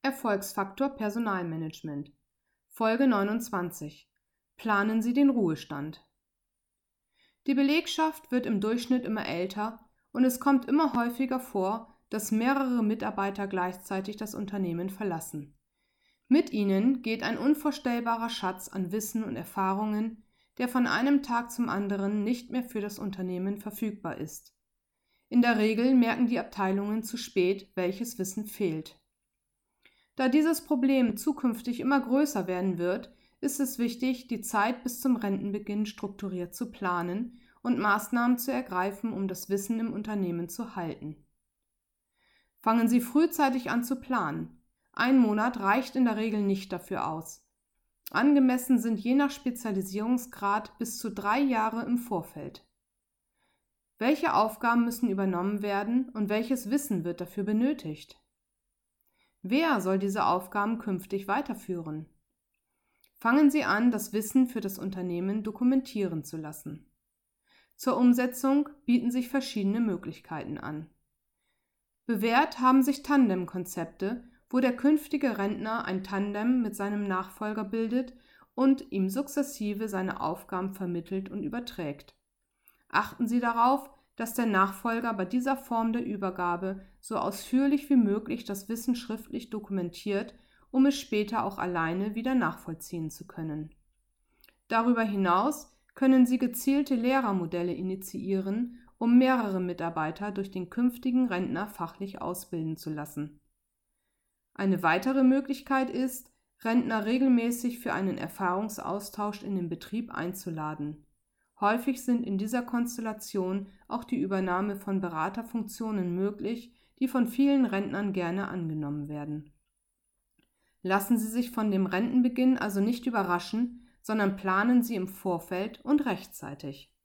Erfolgsfaktor Personalmanagement. Folge 29. Planen Sie den Ruhestand. Die Belegschaft wird im Durchschnitt immer älter und es kommt immer häufiger vor, dass mehrere Mitarbeiter gleichzeitig das Unternehmen verlassen. Mit ihnen geht ein unvorstellbarer Schatz an Wissen und Erfahrungen, der von einem Tag zum anderen nicht mehr für das Unternehmen verfügbar ist. In der Regel merken die Abteilungen zu spät, welches Wissen fehlt. Da dieses Problem zukünftig immer größer werden wird, ist es wichtig, die Zeit bis zum Rentenbeginn strukturiert zu planen und Maßnahmen zu ergreifen, um das Wissen im Unternehmen zu halten. Fangen Sie frühzeitig an zu planen. Ein Monat reicht in der Regel nicht dafür aus. Angemessen sind je nach Spezialisierungsgrad bis zu 3 Jahre im Vorfeld. Welche Aufgaben müssen übernommen werden und welches Wissen wird dafür benötigt? Wer soll diese Aufgaben künftig weiterführen? Fangen Sie an, das Wissen für das Unternehmen dokumentieren zu lassen. Zur Umsetzung bieten sich verschiedene Möglichkeiten an. Bewährt haben sich Tandem-Konzepte, wo der künftige Rentner ein Tandem mit seinem Nachfolger bildet und ihm sukzessive seine Aufgaben vermittelt und überträgt. Achten Sie darauf, dass der Nachfolger bei dieser Form der Übergabe so ausführlich wie möglich das Wissen schriftlich dokumentiert, um es später auch alleine wieder nachvollziehen zu können. Darüber hinaus können Sie gezielte Lehrermodelle initiieren, um mehrere Mitarbeiter durch den künftigen Rentner fachlich ausbilden zu lassen. Eine weitere Möglichkeit ist, Rentner regelmäßig für einen Erfahrungsaustausch in den Betrieb einzuladen. Häufig sind in dieser Konstellation auch die Übernahme von Beraterfunktionen möglich, die von vielen Rentnern gerne angenommen werden. Lassen Sie sich von dem Rentenbeginn also nicht überraschen, sondern planen Sie im Vorfeld und rechtzeitig.